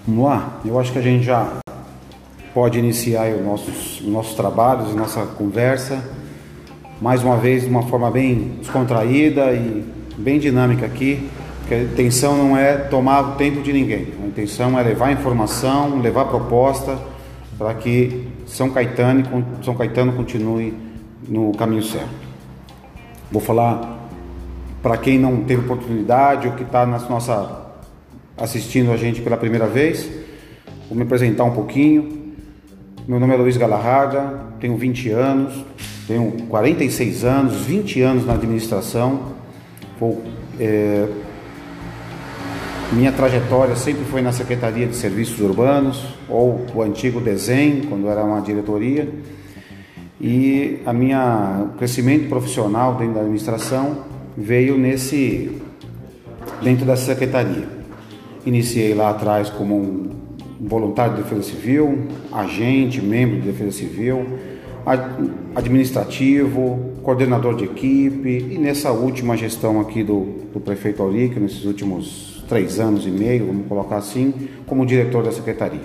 Vamos lá? Eu acho que a gente já pode iniciar aí os nossos trabalhos, a nossa conversa, mais uma vez de uma forma bem descontraída e bem dinâmica aqui, porque a intenção não é tomar o tempo de ninguém, a intenção é levar informação, levar proposta para que São Caetano continue no caminho certo. Vou falar para quem não teve oportunidade ou que está assistindo a gente pela primeira vez. Vou me apresentar um pouquinho. Meu nome é Luiz Galarraga, tenho 20 anos, tenho 46 anos, 20 anos na administração. Minha trajetória sempre foi na Secretaria de Serviços Urbanos, ou o antigo DESEM, quando era uma diretoria. E o crescimento profissional dentro da administração veio dentro dessa secretaria. Iniciei lá atrás como um voluntário de Defesa Civil, agente, membro de Defesa Civil, administrativo, coordenador de equipe e nessa última gestão aqui do prefeito Auríquio, nesses últimos 3 anos e meio, vamos colocar assim, como diretor da secretaria.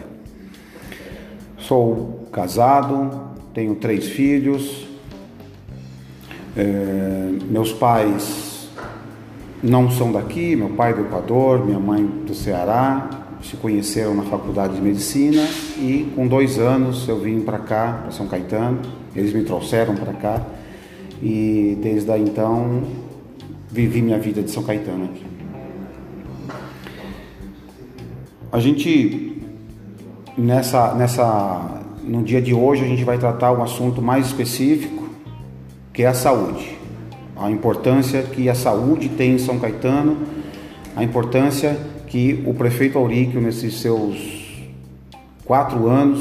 Sou casado, tenho 3 filhos, meus pais não são daqui, meu pai é do Equador, minha mãe do Ceará, se conheceram na faculdade de medicina e com 2 anos eu vim para cá, para São Caetano, eles me trouxeram para cá e desde aí então vivi minha vida de São Caetano aqui. A gente, no dia de hoje a gente vai tratar um assunto mais específico, que é a saúde. A importância que a saúde tem em São Caetano, a importância que o prefeito Auríquio, nesses seus 4 anos,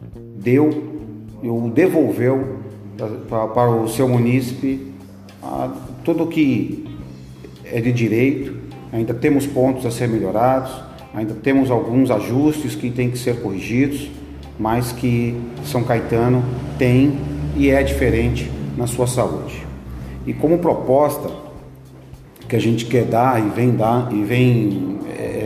devolveu para o seu munícipe tudo que é de direito. Ainda temos pontos a ser melhorados, ainda temos alguns ajustes que têm que ser corrigidos, mas que São Caetano tem e é diferente na sua saúde. E como proposta que a gente quer dar e vem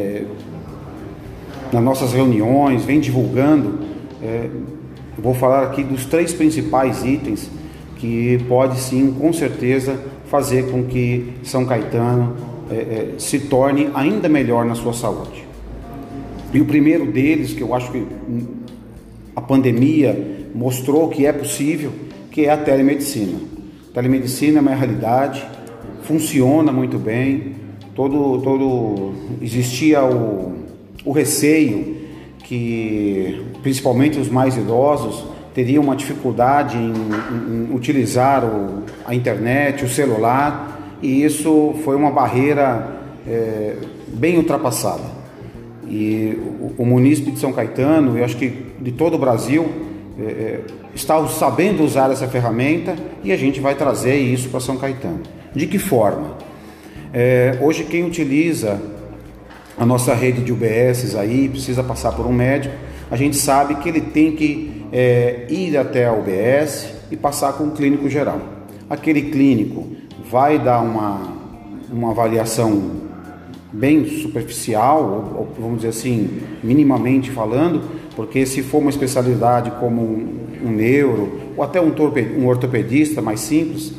nas nossas reuniões, vem divulgando, eu vou falar aqui dos 3 principais itens que pode sim, com certeza, fazer com que São Caetano se torne ainda melhor na sua saúde. E o primeiro deles, que eu acho que a pandemia mostrou que é possível, que é a telemedicina. A telemedicina é uma realidade, funciona muito bem. Existia o receio que principalmente os mais idosos teriam uma dificuldade em utilizar a internet, o celular, e isso foi uma barreira bem ultrapassada. E o munícipe de São Caetano, eu acho que de todo o Brasil, está sabendo usar essa ferramenta e a gente vai trazer isso para São Caetano. De que forma? Hoje quem utiliza a nossa rede de UBSs aí, precisa passar por um médico, a gente sabe que ele tem que ir até a UBS e passar com um clínico geral. Aquele clínico vai dar uma avaliação bem superficial, ou vamos dizer assim, minimamente falando, porque se for uma especialidade como um neuro, ou até um ortopedista mais simples,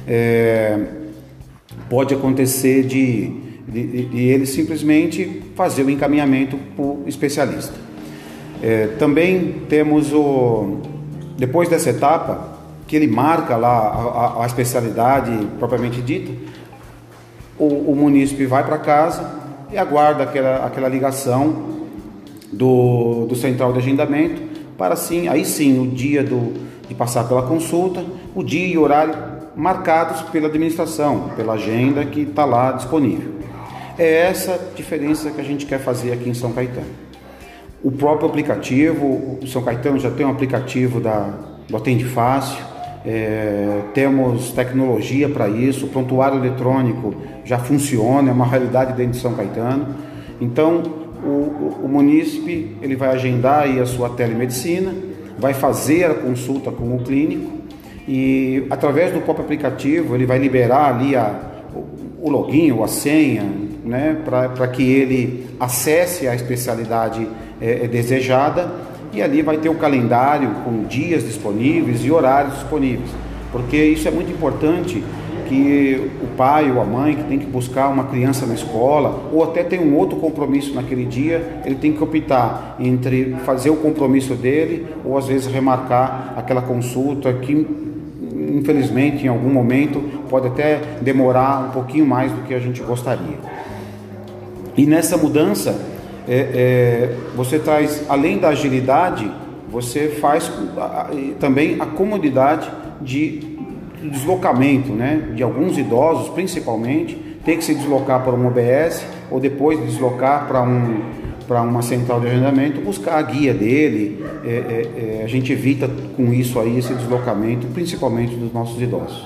pode acontecer de ele simplesmente fazer o encaminhamento para o especialista. Também temos depois dessa etapa, que ele marca lá a especialidade propriamente dita, o munícipe vai para casa e aguarda aquela ligação do central de agendamento para aí sim o dia de passar pela consulta, o dia e horário marcados pela administração, pela agenda que está lá disponível. É essa diferença que a gente quer fazer aqui em São Caetano. O próprio aplicativo, o São Caetano já tem um aplicativo do Atende Fácil, temos tecnologia para isso, o prontuário eletrônico já funciona, é uma realidade dentro de São Caetano. Então o munícipe ele vai agendar aí a sua telemedicina, vai fazer a consulta com o clínico e através do próprio aplicativo ele vai liberar ali o login ou a senha, né, para que ele acesse a especialidade desejada, e ali vai ter o calendário com dias disponíveis e horários disponíveis, porque isso é muito importante, que o pai ou a mãe que tem que buscar uma criança na escola, ou até tem um outro compromisso naquele dia, ele tem que optar entre fazer o compromisso dele, ou às vezes remarcar aquela consulta que, infelizmente, em algum momento pode até demorar um pouquinho mais do que a gente gostaria. E nessa mudança, você traz, além da agilidade, você faz também a comodidade de deslocamento, né, de alguns idosos, principalmente, ter que se deslocar para um OBS, ou depois deslocar para uma central de agendamento, buscar a guia dele. A gente evita com isso aí esse deslocamento, principalmente dos nossos idosos.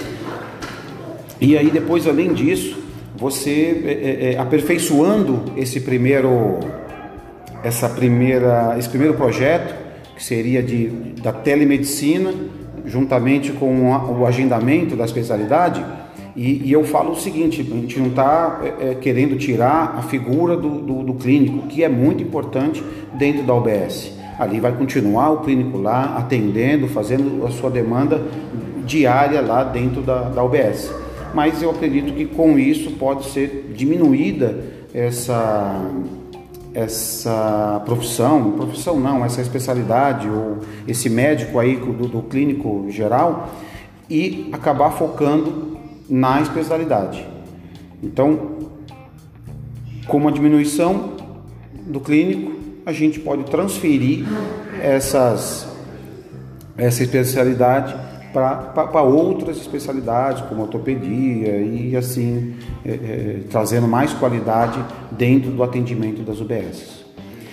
E aí depois, além disso, você aperfeiçoando esse primeiro projeto, que seria da telemedicina, juntamente com o agendamento da especialidade, e eu falo o seguinte: a gente não está querendo tirar a figura do clínico, que é muito importante dentro da UBS. Ali vai continuar o clínico lá, atendendo, fazendo a sua demanda diária lá dentro da UBS. Mas eu acredito que com isso pode ser diminuída essa essa especialidade, ou esse médico aí do clínico geral, e acabar focando na especialidade. Então, com uma diminuição do clínico, a gente pode transferir essa especialidade para outras especialidades, como ortopedia, e assim trazendo mais qualidade dentro do atendimento das UBS.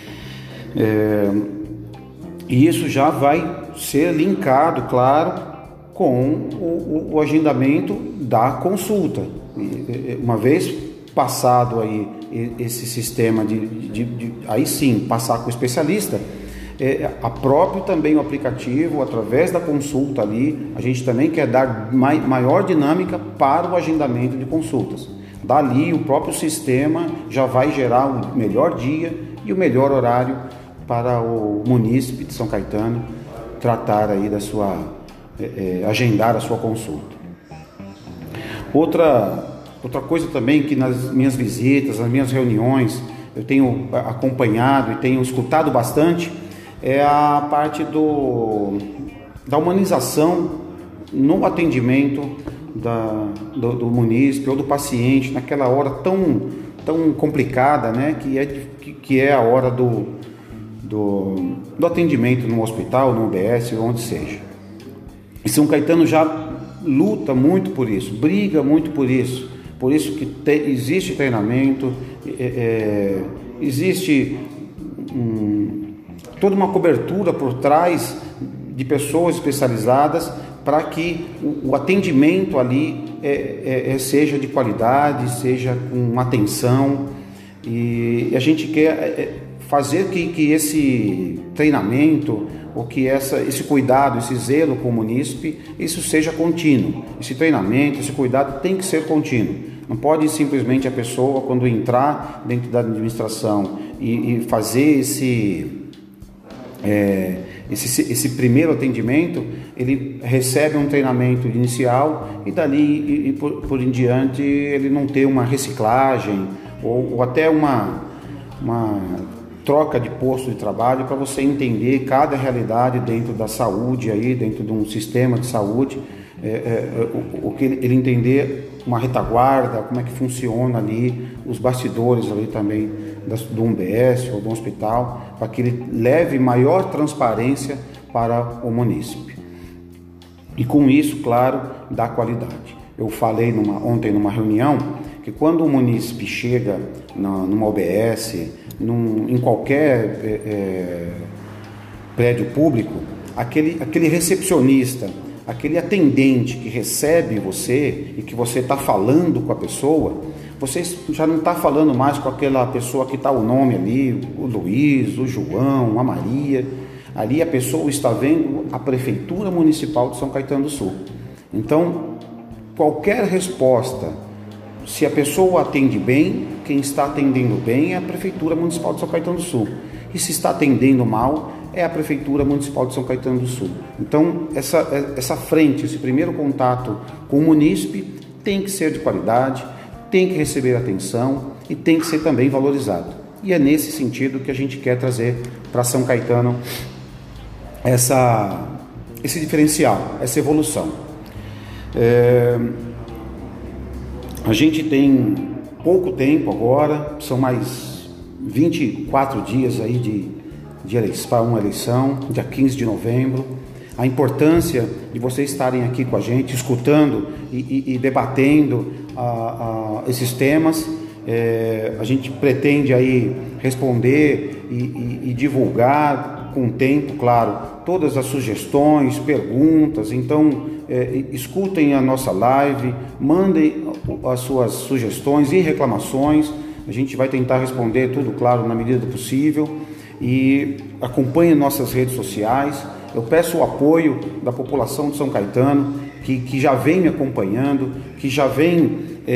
E isso já vai ser linkado, claro, com o agendamento da consulta. Uma vez passado aí esse sistema aí sim passar com o especialista, a próprio também o aplicativo, através da consulta ali, a gente também quer dar maior dinâmica para o agendamento de consultas. Dali o próprio sistema já vai gerar o melhor dia e o melhor horário para o munícipe de São Caetano tratar aí agendar a sua consulta. Outra coisa também que nas minhas visitas, nas minhas reuniões, eu tenho acompanhado e tenho escutado bastante, é a parte da humanização no atendimento do munícipe ou do paciente, naquela hora tão complicada, né, que é a hora do atendimento no hospital, no UBS, onde seja. E São Caetano já luta muito por isso, briga muito por isso que existe treinamento, existe toda uma cobertura por trás de pessoas especializadas para que o atendimento ali seja de qualidade, seja com atenção, e a gente quer fazer que esse treinamento, ou que esse cuidado, esse zelo com o munícipe, isso seja contínuo. Esse treinamento, esse cuidado tem que ser contínuo. Não pode simplesmente a pessoa, quando entrar dentro da administração e fazer esse primeiro atendimento, ele recebe um treinamento inicial e dali por em diante ele não ter uma reciclagem ou até uma troca de posto de trabalho, para você entender cada realidade dentro da saúde, aí, dentro de um sistema de saúde, o que ele entender uma retaguarda, como é que funciona ali, os bastidores ali também do UBS ou do hospital, para que ele leve maior transparência para o munícipe. E com isso, claro, dá qualidade. Eu falei ontem numa reunião que quando o munícipe chega numa UBS, em qualquer prédio público, aquele recepcionista, aquele atendente que recebe você e que você está falando com a pessoa, você já não está falando mais com aquela pessoa que está o nome ali, o Luiz, o João, a Maria. Ali a pessoa está vendo a Prefeitura Municipal de São Caetano do Sul. Então, qualquer resposta se a pessoa atende bem, quem está atendendo bem é a Prefeitura Municipal de São Caetano do Sul. E se está atendendo mal, é a Prefeitura Municipal de São Caetano do Sul. Então, essa frente, esse primeiro contato com o munícipe tem que ser de qualidade, tem que receber atenção e tem que ser também valorizado. E é nesse sentido que a gente quer trazer para São Caetano esse diferencial, essa evolução. A gente tem pouco tempo agora, são mais 24 dias aí para uma eleição, dia 15 de novembro. A importância de vocês estarem aqui com a gente, escutando e debatendo esses temas. A gente pretende aí responder e divulgar com o tempo, claro, todas as sugestões, perguntas. Então, escutem a nossa live, mandem as suas sugestões e reclamações. A gente vai tentar responder tudo, claro, na medida do possível. E acompanhem nossas redes sociais. Eu peço o apoio da população de São Caetano, que já vem me acompanhando, que já vem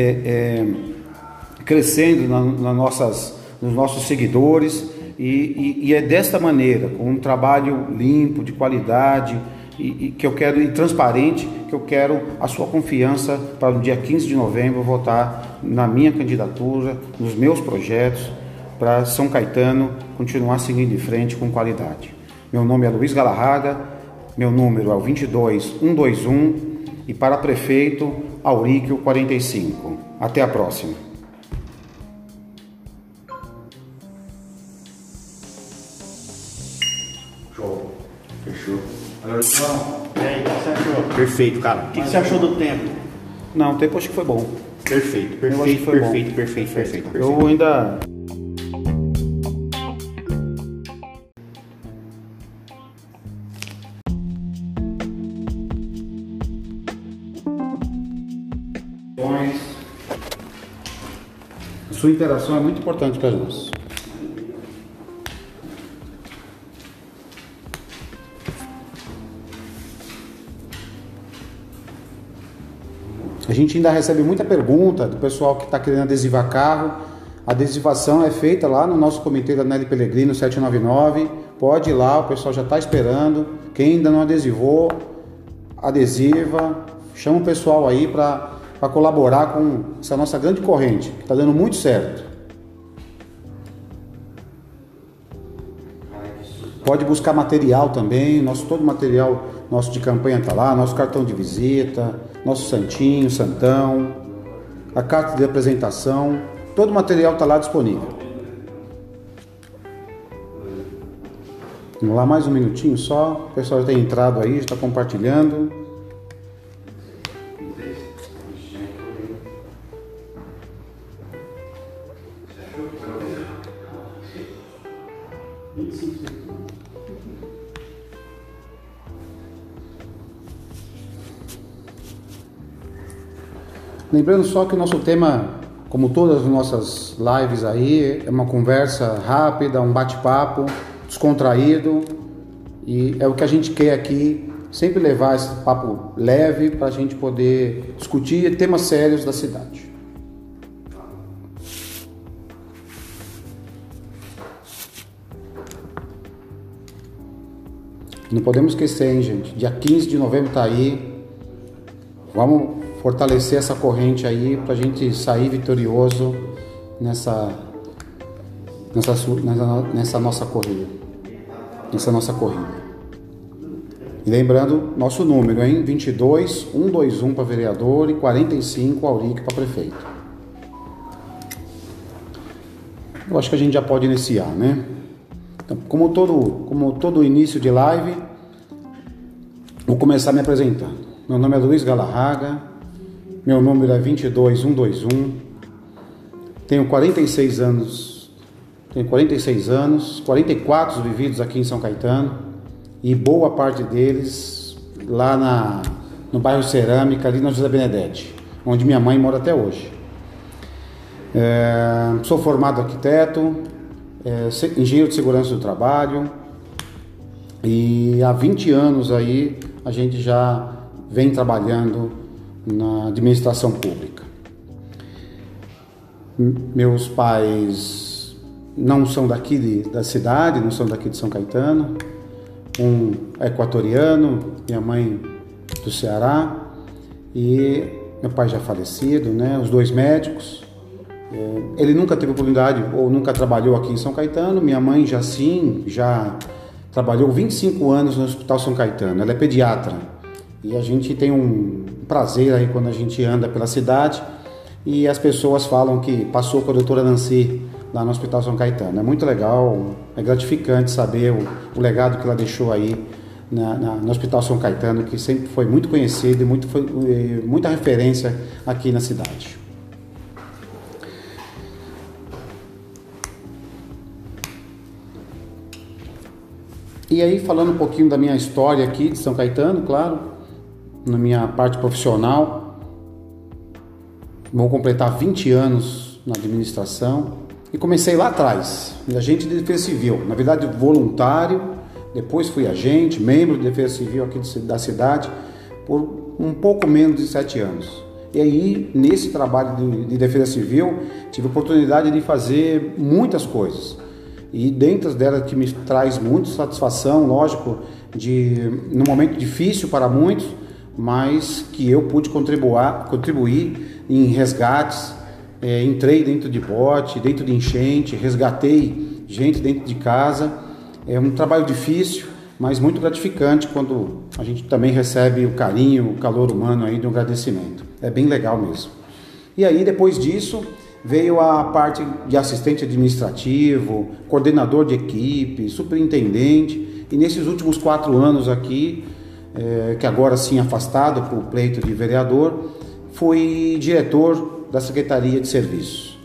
crescendo nos nossos seguidores, e é desta maneira, com um trabalho limpo, de qualidade, e que eu quero, e transparente, que eu quero a sua confiança para no dia 15 de novembro votar na minha candidatura, nos meus projetos, para São Caetano continuar seguindo em frente com qualidade. Meu nome é Luiz Galarraga, meu número é o 22121 e para prefeito, Auríquio 45. Até a próxima. Show. Fechou. Agora, João, e aí, o que você achou? Perfeito, cara. O que você achou do tempo? Não, o tempo acho que foi bom. Perfeito. Eu ainda... A sua interação é muito importante para nós. A gente ainda recebe muita pergunta do pessoal que está querendo adesivar carro. A adesivação é feita lá no nosso comitê da Nelly Pellegrino 799. Pode ir lá, o pessoal já está esperando. Quem ainda não adesivou, adesiva. Chama o pessoal aí para colaborar com essa nossa grande corrente, que está dando muito certo. Pode buscar material também, todo o material nosso de campanha está lá, nosso cartão de visita, nosso santinho, santão, a carta de apresentação, todo o material está lá disponível. Vamos lá, mais um minutinho só, o pessoal já tem entrado aí, já está compartilhando. Lembrando só que o nosso tema, como todas as nossas lives aí, é uma conversa rápida, um bate-papo, descontraído, e é o que a gente quer aqui, sempre levar esse papo leve para a gente poder discutir temas sérios da cidade. Não podemos esquecer, hein, gente? Dia 15 de novembro tá aí. Vamos fortalecer essa corrente aí pra gente sair vitorioso nessa nossa corrida. E lembrando, nosso número, hein? 22121 para vereador e 45 Auríquio para prefeito. Eu acho que a gente já pode iniciar, né? Então, como todo início de live, vou começar me apresentando. Meu nome é Luiz Galarraga, meu número é 22121, tenho 46 anos, 44 vividos aqui em São Caetano e boa parte deles lá no bairro Cerâmica, ali na José Benedetti, onde minha mãe mora até hoje. Sou formado arquiteto, engenheiro de segurança do trabalho, e há 20 anos aí a gente já vem trabalhando na administração pública. Meus pais não são daqui da cidade, não são daqui de São Caetano. Um é equatoriano, minha mãe do Ceará, e meu pai já falecido, né? Os dois médicos. Ele nunca teve oportunidade ou nunca trabalhou aqui em São Caetano. Minha mãe já trabalhou 25 anos no Hospital São Caetano. Ela é pediatra e a gente tem um prazer aí quando a gente anda pela cidade e as pessoas falam que passou com a doutora Nancy lá no Hospital São Caetano. É muito legal, é gratificante saber o legado que ela deixou aí no Hospital São Caetano, que sempre foi muito conhecido e foi muita referência aqui na cidade. E aí, falando um pouquinho da minha história aqui de São Caetano, claro, na minha parte profissional, vou completar 20 anos na administração e comecei lá atrás, agente de defesa civil, na verdade voluntário, depois fui agente, membro de defesa civil aqui da cidade, por um pouco menos de 7 anos. E aí, nesse trabalho de defesa civil, tive a oportunidade de fazer muitas coisas. E dentro delas que me traz muita satisfação, lógico, num momento difícil para muitos, mas que eu pude contribuir em resgates, entrei dentro de bote, dentro de enchente, resgatei gente dentro de casa. É um trabalho difícil, mas muito gratificante quando a gente também recebe o carinho, o calor humano aí de um agradecimento. É bem legal mesmo. E aí, depois disso, veio a parte de assistente administrativo, coordenador de equipe, superintendente, e nesses últimos 4 anos aqui, que agora sim afastado por pleito de vereador, fui diretor da Secretaria de Serviços.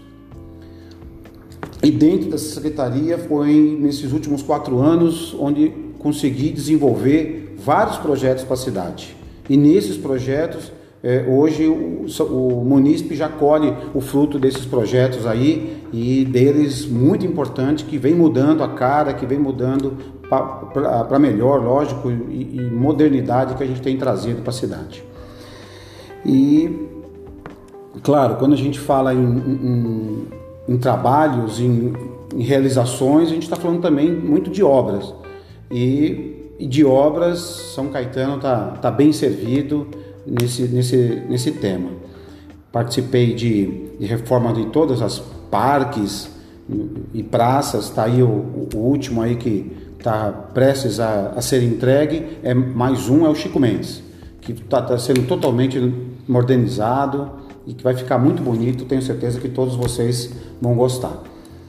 E dentro dessa secretaria foi nesses últimos 4 anos onde consegui desenvolver vários projetos para a cidade. E nesses projetos, hoje o munícipe já colhe o fruto desses projetos aí e deles muito importante, que vem mudando a cara, que vem mudando para melhor, lógico, e modernidade que a gente tem trazido para a cidade. E, claro, quando a gente fala em trabalhos, em realizações, a gente está falando também muito de obras. E de obras, São Caetano tá bem servido nesse tema. Participei de reforma de todas as parques e praças. Está aí o último aí que está prestes a ser entregue, mais um, é o Chico Mendes, que está sendo totalmente modernizado e que vai ficar muito bonito. Tenho certeza que todos vocês vão gostar.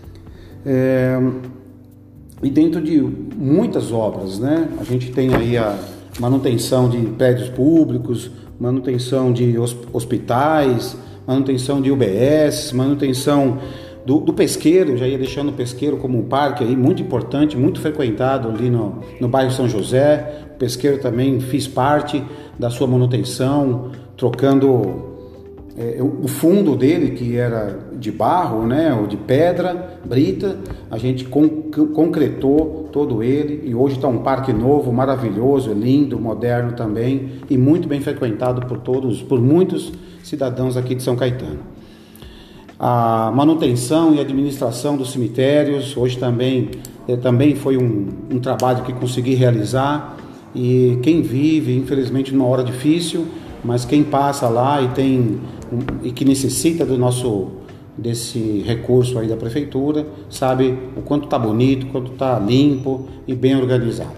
E dentro de muitas obras, né? A gente tem aí a manutenção de prédios públicos, manutenção de hospitais, manutenção de UBS, manutenção do pesqueiro. Já ia deixando o pesqueiro como um parque aí muito importante, muito frequentado ali no bairro São José. O pesqueiro também fiz parte da sua manutenção, trocando o fundo dele, que era de barro, né, ou de pedra, brita. A gente concretou todo ele e hoje está um parque novo, maravilhoso, lindo, moderno também e muito bem frequentado por muitos cidadãos aqui de São Caetano. A manutenção e administração dos cemitérios, hoje também foi um trabalho que consegui realizar, e quem vive, infelizmente, numa hora difícil, mas quem passa lá e que necessita desse recurso aí da prefeitura, sabe o quanto está bonito, o quanto está limpo e bem organizado.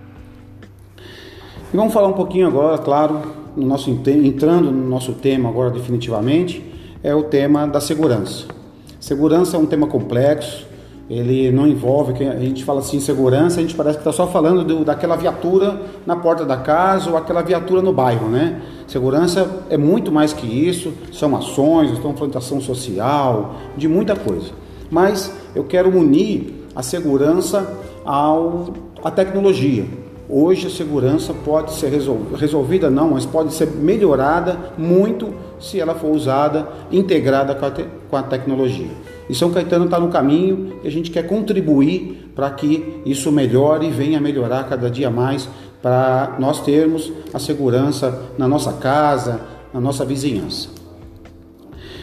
E vamos falar um pouquinho agora, claro, entrando no nosso tema agora definitivamente, é o tema da segurança. Segurança é um tema complexo, ele não envolve, a gente fala assim, segurança, a gente parece que está só falando daquela viatura na porta da casa ou aquela viatura no bairro, né? Segurança é muito mais que isso, são ações, estamos falando de ação social, de muita coisa. Mas eu quero unir a segurança à tecnologia. Hoje a segurança pode ser resolvida não, mas pode ser melhorada muito se ela for usada, integrada com a tecnologia. E São Caetano está no caminho e a gente quer contribuir para que isso melhore e venha a melhorar cada dia mais, para nós termos a segurança na nossa casa, na nossa vizinhança.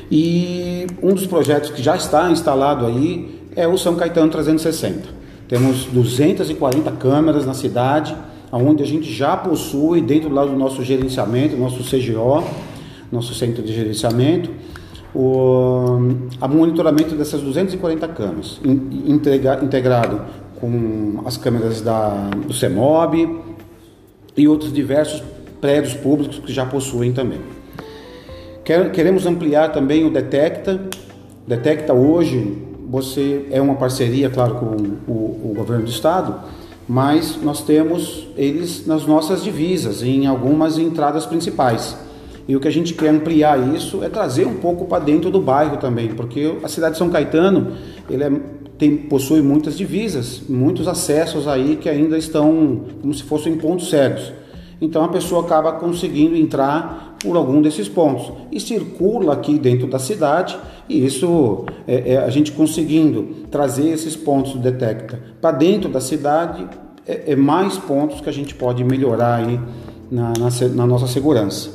E um dos projetos que já está instalado aí é o São Caetano 360. Temos 240 câmeras na cidade, onde a gente já possui, dentro do nosso gerenciamento, nosso CGO, nosso Centro de Gerenciamento, o monitoramento dessas 240 câmeras, integrado com as câmeras do CEMOB e outros diversos prédios públicos que já possuem também. Queremos ampliar também o Detecta. Detecta hoje, você é uma parceria, claro, com o governo do estado, mas nós temos eles nas nossas divisas, em algumas entradas principais. E o que a gente quer ampliar isso é trazer um pouco para dentro do bairro também, porque a cidade de São Caetano, possui muitas divisas, muitos acessos aí que ainda estão como se fossem pontos cegos. Então a pessoa acaba conseguindo entrar por algum desses pontos e circula aqui dentro da cidade, e isso a gente conseguindo trazer esses pontos do Detecta para dentro da cidade, mais pontos que a gente pode melhorar aí na nossa segurança.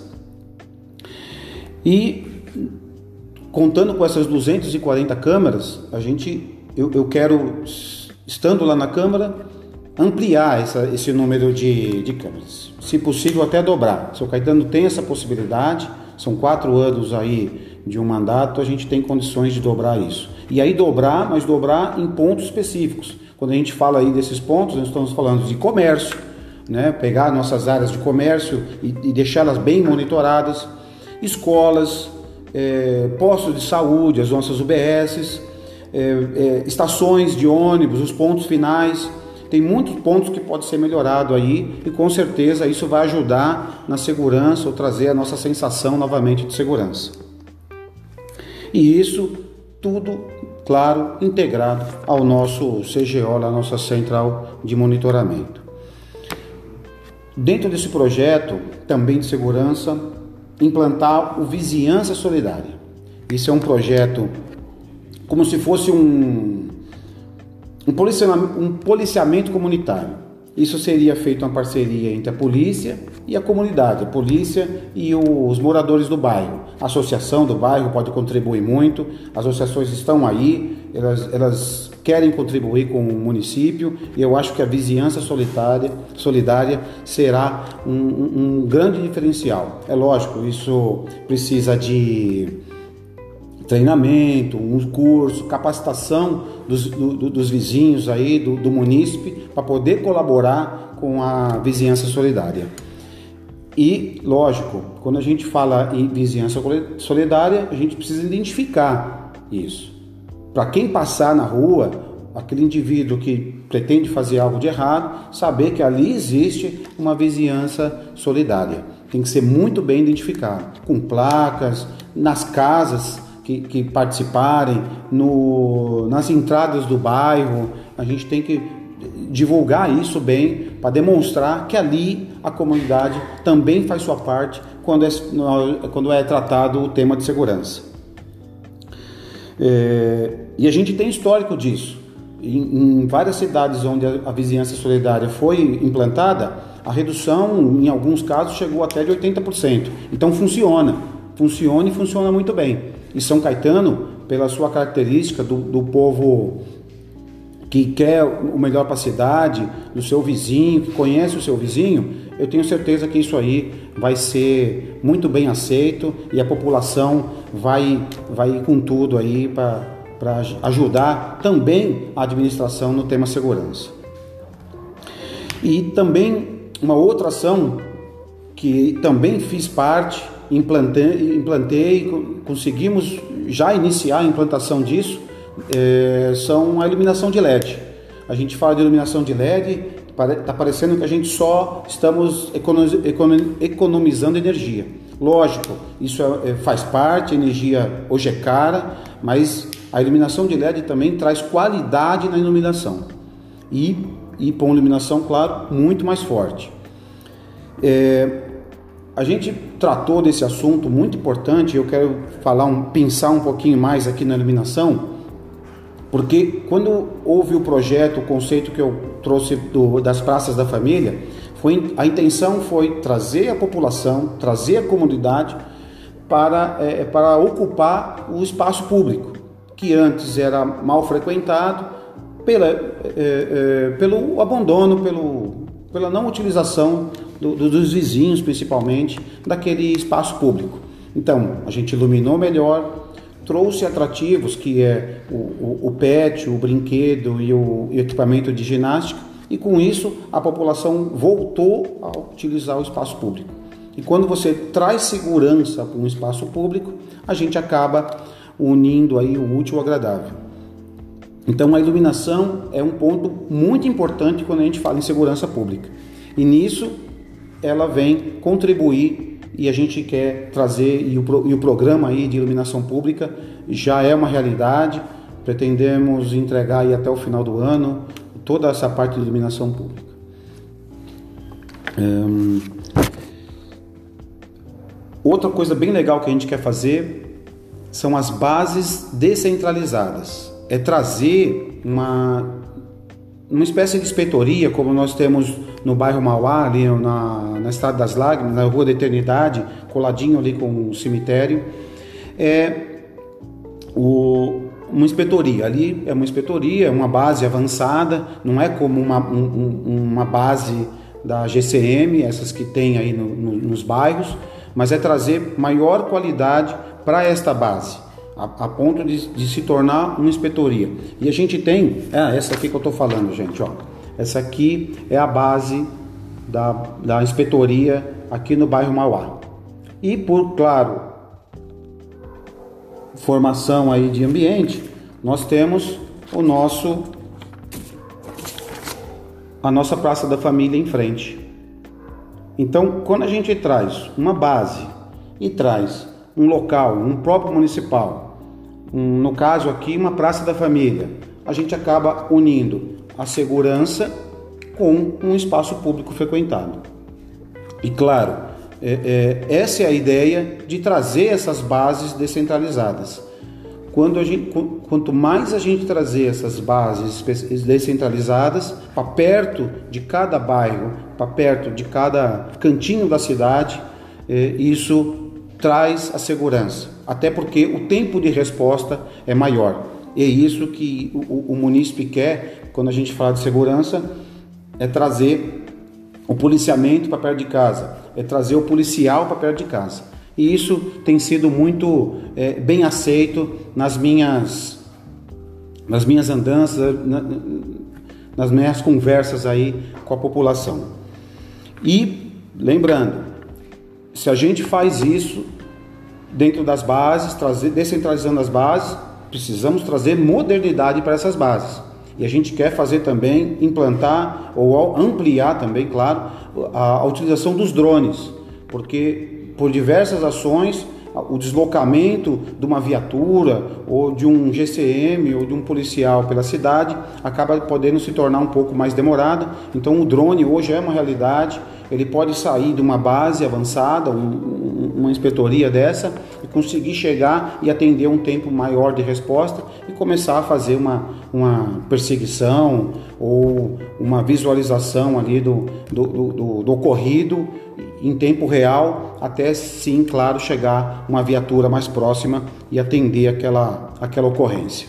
E contando com essas 240 câmeras, eu quero, estando lá na Câmara, ampliar esse número de câmeras, se possível até dobrar. São Caetano tem essa possibilidade, são 4 anos aí de um mandato, a gente tem condições de dobrar isso. E aí mas dobrar em pontos específicos. Quando a gente fala aí desses pontos, nós estamos falando de comércio, né? Pegar nossas áreas de comércio e deixá-las bem monitoradas, escolas, postos de saúde, as nossas UBSs, estações de ônibus, os pontos finais. Tem muitos pontos que pode ser melhorado aí, e com certeza isso vai ajudar na segurança, ou trazer a nossa sensação novamente de segurança. E isso tudo, claro, integrado ao nosso CGO, a nossa central de monitoramento. Dentro desse projeto, também de segurança, implantar o Vizinhança Solidária. Isso é um projeto como se fosse um policiamento comunitário. Isso seria feito uma parceria entre a polícia e a comunidade, a polícia e os moradores do bairro. A associação do bairro pode contribuir muito, as associações estão aí, elas querem contribuir com o município, e eu acho que a vizinhança solidária será um grande diferencial. É lógico, isso precisa de treinamento, um curso, capacitação dos vizinhos aí, do munícipe, para poder colaborar com a vizinhança solidária. E, lógico, quando a gente fala em vizinhança solidária, a gente precisa identificar isso. Para quem passar na rua, aquele indivíduo que pretende fazer algo de errado, saber que ali existe uma vizinhança solidária. Tem que ser muito bem identificado, com placas, nas casas que participarem, nas entradas do bairro. A gente tem que divulgar isso bem, para demonstrar que ali a comunidade também faz sua parte quando é tratado o tema de segurança. E a gente tem histórico disso. Em várias cidades onde a vizinhança solidária foi implantada, a redução, em alguns casos, chegou até de 80%. Então funciona e funciona muito bem. E São Caetano, pela sua característica do povo que quer o melhor para a cidade, do seu vizinho, que conhece o seu vizinho, eu tenho certeza que isso aí vai ser muito bem aceito, e a população vai com tudo aí para ajudar também a administração no tema segurança. E também uma outra ação que também fiz parte, implantei, conseguimos já iniciar a implantação disso, são a iluminação de LED. A gente fala de iluminação de LED, está parecendo que a gente só estamos economizando energia. Lógico, isso faz parte, a energia hoje é cara, mas a iluminação de LED também traz qualidade na iluminação e com iluminação, claro, muito mais forte. A gente tratou desse assunto muito importante. Eu quero pensar um pouquinho mais aqui na iluminação, porque quando houve o projeto, o conceito que eu trouxe das praças da família, a intenção foi trazer a população, trazer a comunidade para ocupar o espaço público, que antes era mal frequentado pelo abandono, pela não utilização dos vizinhos, principalmente, daquele espaço público. Então, a gente iluminou melhor, trouxe atrativos, que é o pet, o brinquedo e o equipamento de ginástica, e com isso a população voltou a utilizar o espaço público. E quando você traz segurança para um espaço público, a gente acaba unindo aí o útil ao agradável. Então a iluminação é um ponto muito importante quando a gente fala em segurança pública. E nisso ela vem contribuir, e a gente quer trazer, e o programa aí de iluminação pública já é uma realidade. Pretendemos entregar aí até o final do ano toda essa parte de iluminação pública. Outra coisa bem legal que a gente quer fazer são as bases descentralizadas. É trazer uma espécie de inspetoria, como nós temos no bairro Mauá, ali na Estrada das Lágrimas, na Rua da Eternidade, coladinho ali com o cemitério. Uma inspetoria. Ali é uma inspetoria, uma base avançada, não é como uma base da GCM, essas que tem aí nos bairros, mas é trazer maior qualidade para esta base, a ponto de se tornar uma inspetoria. E a gente tem, essa aqui que eu estou falando, gente, ó. Essa aqui é a base da inspetoria aqui no bairro Mauá. E por, claro, formação aí de ambiente, nós temos a nossa Praça da Família em frente. Então, quando a gente traz uma base e traz um local, um próprio municipal, no caso aqui uma Praça da Família, a gente acaba unindo a segurança com um espaço público frequentado. E claro, essa é a ideia de trazer essas bases descentralizadas. Quanto mais a gente trazer essas bases descentralizadas para perto de cada bairro, para perto de cada cantinho da cidade, isso traz a segurança. Até porque o tempo de resposta é maior. É isso que o munícipe quer, quando a gente fala de segurança, é trazer o policiamento para perto de casa, é trazer o policial para perto de casa. E isso tem sido muito bem aceito nas minhas andanças, nas minhas conversas aí com a população. E lembrando, se a gente faz isso dentro das bases, descentralizando as bases, precisamos trazer modernidade para essas bases. E a gente quer fazer também, implantar ou ampliar também, claro, a utilização dos drones, porque por diversas ações, o deslocamento de uma viatura ou de um GCM ou de um policial pela cidade acaba podendo se tornar um pouco mais demorado. Então o drone hoje é uma realidade, ele pode sair de uma base avançada, uma inspetoria dessa, e conseguir chegar e atender um tempo maior de resposta e começar a fazer uma perseguição ou uma visualização ali do ocorrido em tempo real, até sim, claro, chegar uma viatura mais próxima e atender aquela ocorrência.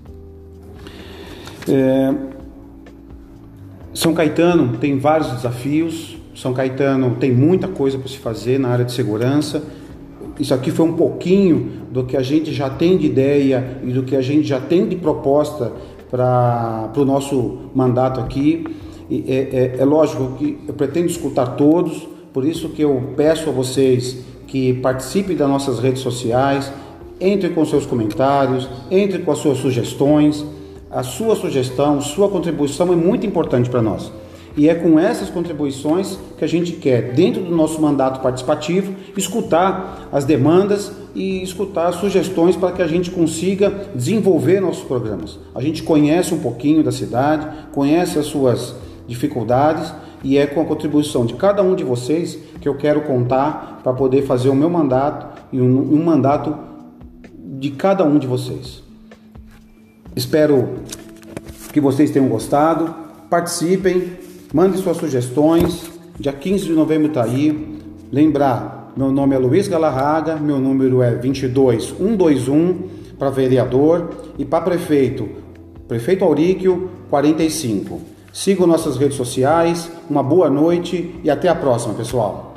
São Caetano tem vários desafios, São Caetano tem muita coisa para se fazer na área de segurança. Isso aqui foi um pouquinho do que a gente já tem de ideia e do que a gente já tem de proposta para o nosso mandato aqui. É lógico que eu pretendo escutar todos, por isso que eu peço a vocês que participem das nossas redes sociais, entrem com seus comentários, entrem com as suas sugestões. A sua sugestão, sua contribuição é muito importante para nós. E é com essas contribuições que a gente quer, dentro do nosso mandato participativo, escutar as demandas e escutar as sugestões para que a gente consiga desenvolver nossos programas. A gente conhece um pouquinho da cidade, conhece as suas dificuldades, e é com a contribuição de cada um de vocês que eu quero contar para poder fazer o meu mandato e um mandato de cada um de vocês. Espero que vocês tenham gostado, participem, mandem suas sugestões. Dia 15 de novembro está aí. Lembrar, Meu nome é Luiz Galarraga, meu número é 22121 para vereador e para prefeito, Prefeito Auríquio 45. Sigam nossas redes sociais, uma boa noite e até a próxima, pessoal.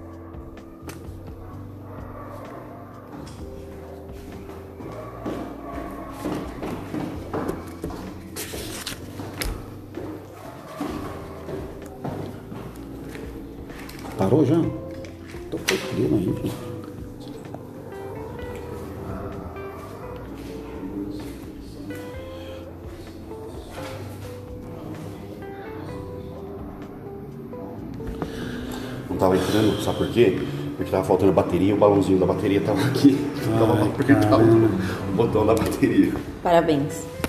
Parou já? Tô perdendo aí, gente. Não tava entrando, sabe por quê? Porque tava faltando bateria, o balãozinho da bateria tava aqui. Tava apertado o botão da bateria. Parabéns.